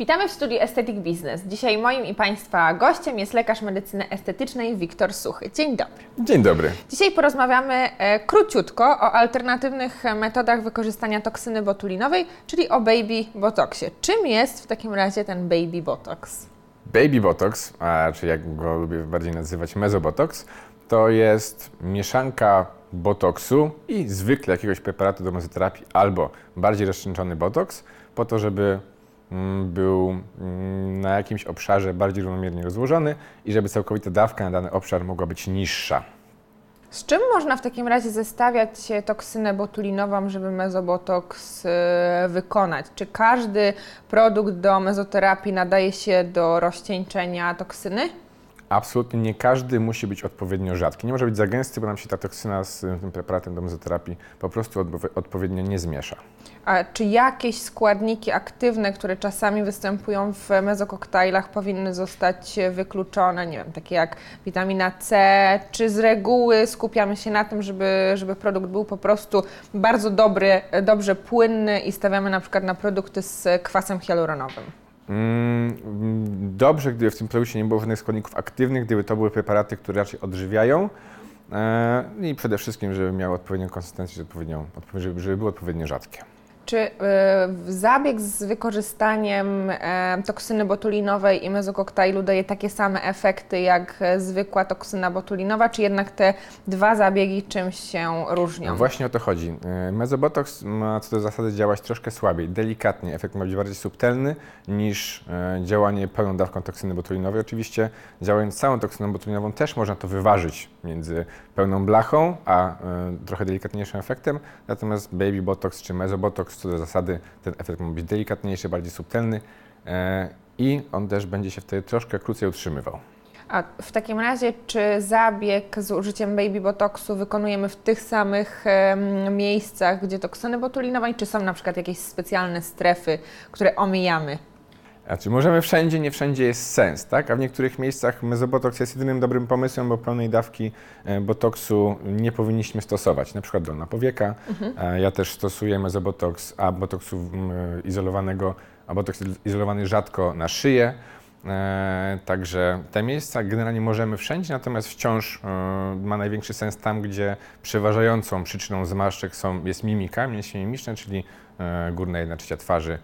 Witamy w studiu Aesthetic Business. Dzisiaj moim i Państwa gościem jest lekarz medycyny estetycznej Wiktor Suchy. Dzień dobry. Dzień dobry. Dzisiaj porozmawiamy króciutko o alternatywnych metodach wykorzystania toksyny botulinowej, czyli o baby botoxie. Czym jest w takim razie ten baby botox? Baby botox, czy jak go lubię bardziej nazywać mesobotox, to jest mieszanka botoksu i zwykle jakiegoś preparatu do mezoterapii albo bardziej rozcieńczony botoks po to, żeby był na jakimś obszarze bardziej równomiernie rozłożony i żeby całkowita dawka na dany obszar mogła być niższa. Z czym można w takim razie zestawiać toksynę botulinową, żeby mesobotox wykonać? Czy każdy produkt do mezoterapii nadaje się do rozcieńczenia toksyny? Absolutnie nie każdy musi być odpowiednio rzadki. Nie może być za gęsty, bo nam się ta toksyna z tym preparatem do mezoterapii po prostu odpowiednio nie zmiesza. A czy jakieś składniki aktywne, które czasami występują w mezokoktajlach, powinny zostać wykluczone? Nie wiem, takie jak witamina C, czy z reguły skupiamy się na tym, żeby produkt był po prostu bardzo dobry, dobrze płynny i stawiamy na przykład na produkty z kwasem hialuronowym? Dobrze, gdyby w tym produkcie nie było żadnych składników aktywnych, gdyby to były preparaty, które raczej odżywiają i przede wszystkim, żeby miały odpowiednią konsystencję, żeby były odpowiednio rzadkie. Czy zabieg z wykorzystaniem toksyny botulinowej i mezokoktajlu daje takie same efekty jak zwykła toksyna botulinowa, czy jednak te dwa zabiegi czymś się różnią? No właśnie o to chodzi. Mesobotox ma co do zasady działać troszkę słabiej, delikatnie. Efekt ma być bardziej subtelny niż działanie pełną dawką toksyny botulinowej. Oczywiście działając całą toksyną botulinową też można to wyważyć między pełną blachą a trochę delikatniejszym efektem. Natomiast baby botox czy mesobotox co do zasady ten efekt ma być delikatniejszy, bardziej subtelny i on też będzie się wtedy troszkę krócej utrzymywał. A w takim razie, czy zabieg z użyciem baby botoxu wykonujemy w tych samych miejscach, gdzie toksyny botulinowej, czy są na przykład jakieś specjalne strefy, które omijamy? Znaczy, możemy wszędzie, nie wszędzie jest sens, tak? A w niektórych miejscach mesobotox jest jedynym dobrym pomysłem, bo pełnej dawki botoksu nie powinniśmy stosować, na przykład dolna powieka. Ja też stosuję mesobotox, a botoks izolowany rzadko na szyję. Także te miejsca generalnie możemy wszędzie, natomiast wciąż ma największy sens tam, gdzie przeważającą przyczyną zmarszczek jest mimika, mięśnie mimiczne, czyli górna 1/3 twarzy.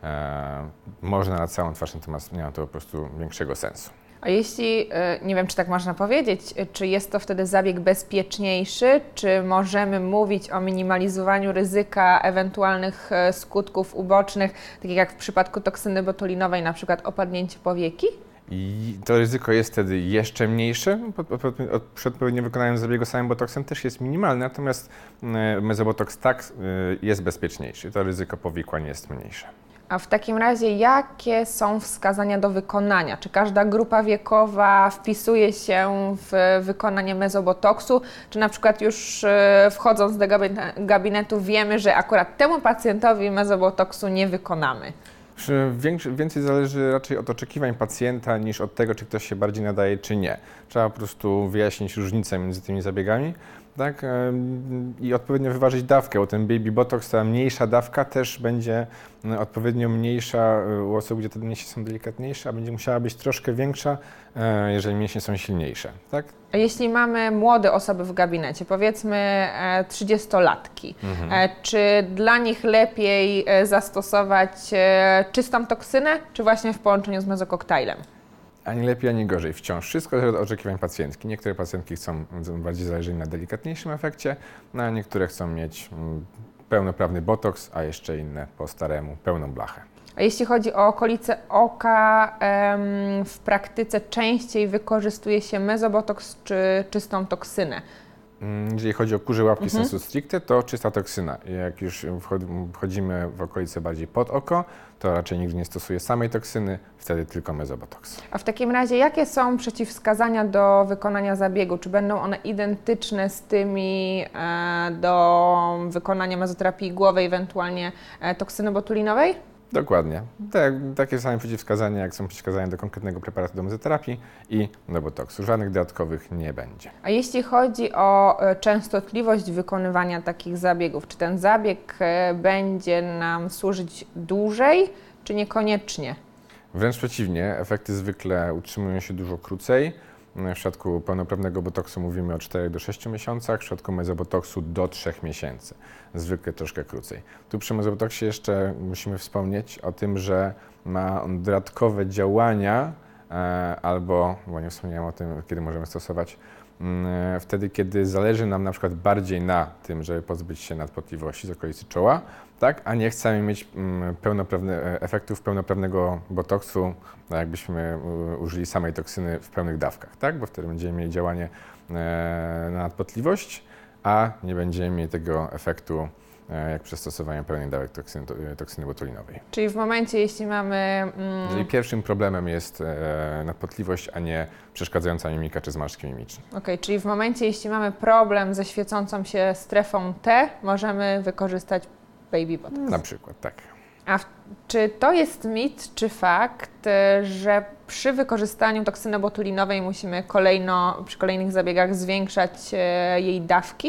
Można na całą twarz, natomiast nie ma to po prostu większego sensu. A jeśli, nie wiem, czy tak można powiedzieć, czy jest to wtedy zabieg bezpieczniejszy, czy możemy mówić o minimalizowaniu ryzyka ewentualnych skutków ubocznych, takich jak w przypadku toksyny botulinowej, na przykład opadnięcie powieki? I to ryzyko jest wtedy jeszcze mniejsze. Przy odpowiednio wykonaniu zabiegu samym botoksem też jest minimalne, natomiast mesobotox tak jest bezpieczniejszy. To ryzyko powikłań jest mniejsze. A w takim razie jakie są wskazania do wykonania? Czy każda grupa wiekowa wpisuje się w wykonanie mesobotoxu? Czy na przykład już wchodząc do gabinetu wiemy, że akurat temu pacjentowi mesobotoxu nie wykonamy? Więcej zależy raczej od oczekiwań pacjenta niż od tego, czy ktoś się bardziej nadaje, czy nie. Trzeba po prostu wyjaśnić różnicę między tymi zabiegami, tak? I odpowiednio wyważyć dawkę, bo ten baby botox, ta mniejsza dawka też będzie odpowiednio mniejsza u osób, gdzie te mięśnie są delikatniejsze, a będzie musiała być troszkę większa, jeżeli mięśnie są silniejsze, tak? A jeśli mamy młode osoby w gabinecie, powiedzmy 30-latki, czy dla nich lepiej zastosować czystą toksynę, czy właśnie w połączeniu z mezokoktajlem? Ani lepiej, ani gorzej. Wciąż wszystko zależy od oczekiwań pacjentki. Niektóre pacjentki chcą bardziej zależeć na delikatniejszym efekcie, a niektóre chcą mieć pełnoprawny botoks, a jeszcze inne po staremu pełną blachę. A jeśli chodzi o okolice oka, w praktyce częściej wykorzystuje się mesobotox czy czystą toksynę? Jeżeli chodzi o kurze łapki sensu stricte, to czysta toksyna. Jak już wchodzimy w okolice bardziej pod oko, to raczej nigdy nie stosuję samej toksyny, wtedy tylko mesobotox. A w takim razie jakie są przeciwwskazania do wykonania zabiegu? Czy będą one identyczne z tymi do wykonania mezoterapii głowy, ewentualnie toksyny botulinowej? Dokładnie. Takie same przeciwwskazania, jak są przeciwwskazania do konkretnego preparatu do mezoterapii i do botoksu. Żadnych dodatkowych nie będzie. A jeśli chodzi o częstotliwość wykonywania takich zabiegów, czy ten zabieg będzie nam służyć dłużej, czy niekoniecznie? Wręcz przeciwnie, efekty zwykle utrzymują się dużo krócej. W przypadku pełnoprawnego botoksu mówimy o 4 do 6 miesiącach, w przypadku mezobotoksu do 3 miesięcy, zwykle troszkę krócej. Tu przy mezobotoksie jeszcze musimy wspomnieć o tym, że ma on dodatkowe działania, albo, bo nie wspomniałem o tym, kiedy możemy stosować, wtedy, kiedy zależy nam na przykład bardziej na tym, żeby pozbyć się nadpotliwości z okolicy czoła, tak, a nie chcemy mieć efektów pełnoprawnego botoksu, tak jakbyśmy użyli samej toksyny w pełnych dawkach, tak, bo wtedy będziemy mieli działanie na nadpotliwość, a nie będziemy mieli tego efektu jak przy stosowaniu pełnych dawek toksyny botulinowej. Czyli w momencie, jeśli mamy... Jeżeli pierwszym problemem jest nadpotliwość, a nie przeszkadzająca mimika czy zmarszczki mimiczne. Okej, czyli w momencie, jeśli mamy problem ze świecącą się strefą T, możemy wykorzystać Baby Botox. Na przykład, tak. Czy to jest mit, czy fakt, że przy wykorzystaniu toksyny botulinowej musimy przy kolejnych zabiegach zwiększać jej dawki?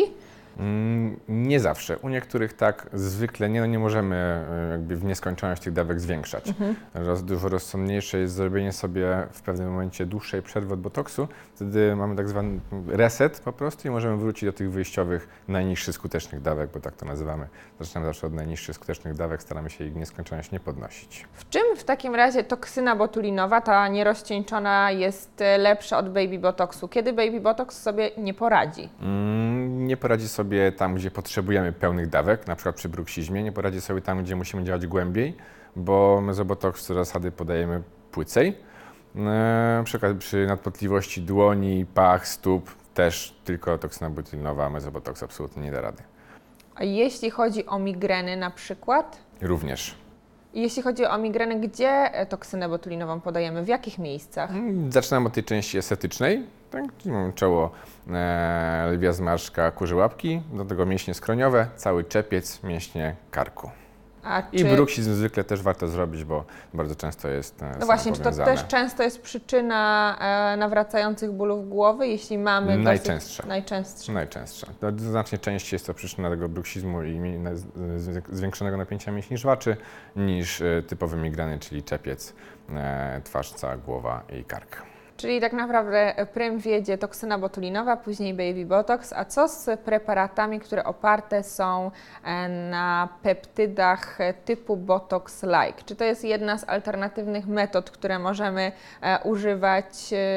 Nie zawsze. U niektórych tak, zwykle nie, nie możemy jakby w nieskończoność tych dawek zwiększać. Dużo rozsądniejsze jest zrobienie sobie w pewnym momencie dłuższej przerwy od botoksu. Wtedy mamy tak zwany reset po prostu i możemy wrócić do tych wyjściowych, najniższych skutecznych dawek, bo tak to nazywamy. Zaczynamy zawsze od najniższych skutecznych dawek, staramy się ich w nieskończoność nie podnosić. W czym w takim razie toksyna botulinowa, ta nierozcieńczona, jest lepsza od Baby Botoksu? Kiedy Baby Botox sobie nie poradzi? Nie poradzi sobie tam, gdzie potrzebujemy pełnych dawek, na przykład przy bruksizmie, nie poradzi sobie tam, gdzie musimy działać głębiej, bo mezobotoks z zasady podajemy płycej. Na przykład przy nadpotliwości dłoni, pach, stóp też tylko toksyna botulinowa, mezobotoks absolutnie nie da rady. A jeśli chodzi o migreny na przykład? Również. I jeśli chodzi o migreny, gdzie toksynę botulinową podajemy? W jakich miejscach? Zaczynamy od tej części estetycznej, tak? Czyli mamy czoło, lwia zmarszczka, kurze łapki, do tego mięśnie skroniowe, cały czepiec, mięśnie karku. I bruksizm zwykle też warto zrobić, bo bardzo często jest No właśnie, czy to też często jest przyczyna nawracających bólów głowy, jeśli mamy Najczęstsza. Najczęstsza. To znacznie częściej jest to przyczyna tego bruksizmu i zwiększonego napięcia mięśni żwaczy niż typowe migreny, czyli czepiec, twarz, cała głowa i kark. Czyli tak naprawdę prym wiedzie toksyna botulinowa, później Baby Botox. A co z preparatami, które oparte są na peptydach typu Botox-like? Czy to jest jedna z alternatywnych metod, które możemy używać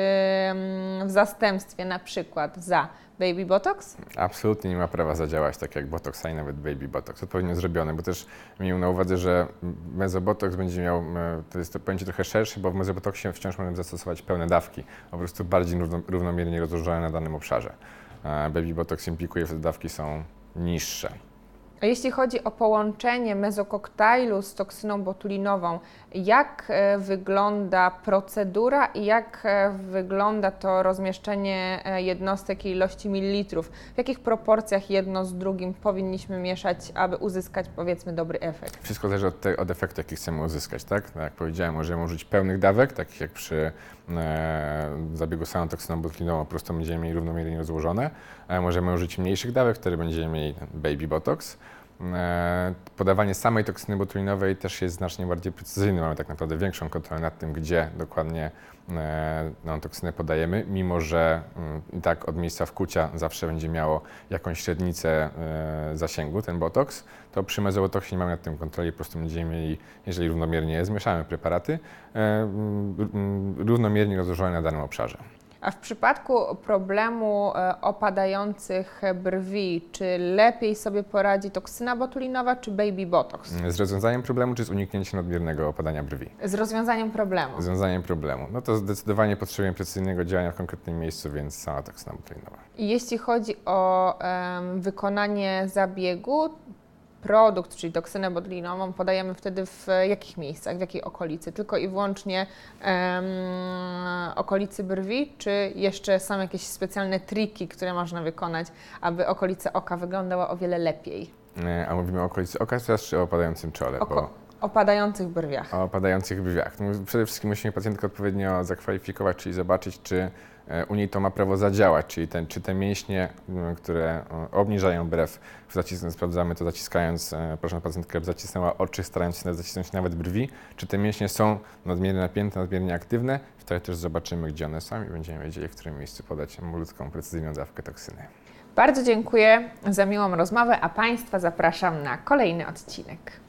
w zastępstwie na przykład za Baby Botox? Absolutnie nie ma prawa zadziałać tak jak Botox, a i nawet Baby Botox. Odpowiednio zrobione, bo też miejmy na uwadze, że mezobotox będzie miał, to jest to pojęcie trochę szersze, bo w mezobotoksie wciąż możemy zastosować pełne dawki, po prostu bardziej równomiernie rozłożone na danym obszarze. Baby Botox implikuje, że te dawki są niższe. A jeśli chodzi o połączenie mezokoktajlu z toksyną botulinową, jak wygląda procedura i jak wygląda to rozmieszczenie jednostek i ilości mililitrów? W jakich proporcjach jedno z drugim powinniśmy mieszać, aby uzyskać, powiedzmy, dobry efekt? Wszystko zależy od efektu, jaki chcemy uzyskać, tak? Tak jak powiedziałem, możemy użyć pełnych dawek, takich jak przy zabiegu z samą toksyną botulinową, po prostu będziemy mieli równomiernie rozłożone. Możemy użyć mniejszych dawek, wtedy będziemy mieli Baby Botox. Podawanie samej toksyny botulinowej też jest znacznie bardziej precyzyjne. Mamy tak naprawdę większą kontrolę nad tym, gdzie dokładnie toksynę podajemy, mimo że i tak od miejsca wkucia zawsze będzie miało jakąś średnicę zasięgu ten botoks, to przy mezobotoksie nie mamy nad tym kontroli, po prostu będziemy mieli, jeżeli równomiernie zmieszamy preparaty, równomiernie rozłożone na danym obszarze. A w przypadku problemu opadających brwi, czy lepiej sobie poradzi toksyna botulinowa, czy Baby Botox? Z rozwiązaniem problemu, czy z uniknięciem nadmiernego opadania brwi? Z rozwiązaniem problemu. Z rozwiązaniem problemu. No to zdecydowanie potrzebujemy precyzyjnego działania w konkretnym miejscu, więc sama toksyna botulinowa. I jeśli chodzi o wykonanie zabiegu, produkt, czyli toksynę botulinową, podajemy wtedy w jakich miejscach, w jakiej okolicy? Tylko i wyłącznie okolicy brwi, czy jeszcze są jakieś specjalne triki, które można wykonać, aby okolica oka wyglądała o wiele lepiej? A mówimy o okolicy oka teraz, czy o opadającym czole? opadających brwiach. O opadających brwiach. No, przede wszystkim musimy pacjentkę odpowiednio zakwalifikować, czyli zobaczyć, czy u niej to ma prawo zadziałać, czyli czy te mięśnie, które obniżają brew, sprawdzamy to zaciskając, proszę pacjentkę, żeby zacisnęła oczy, starając się zacisnąć nawet brwi, czy te mięśnie są nadmiernie napięte, nadmiernie aktywne, wtedy też zobaczymy, gdzie one są i będziemy wiedzieli, w którym miejscu podać malutką, precyzyjną dawkę toksyny. Bardzo dziękuję za miłą rozmowę, a Państwa zapraszam na kolejny odcinek.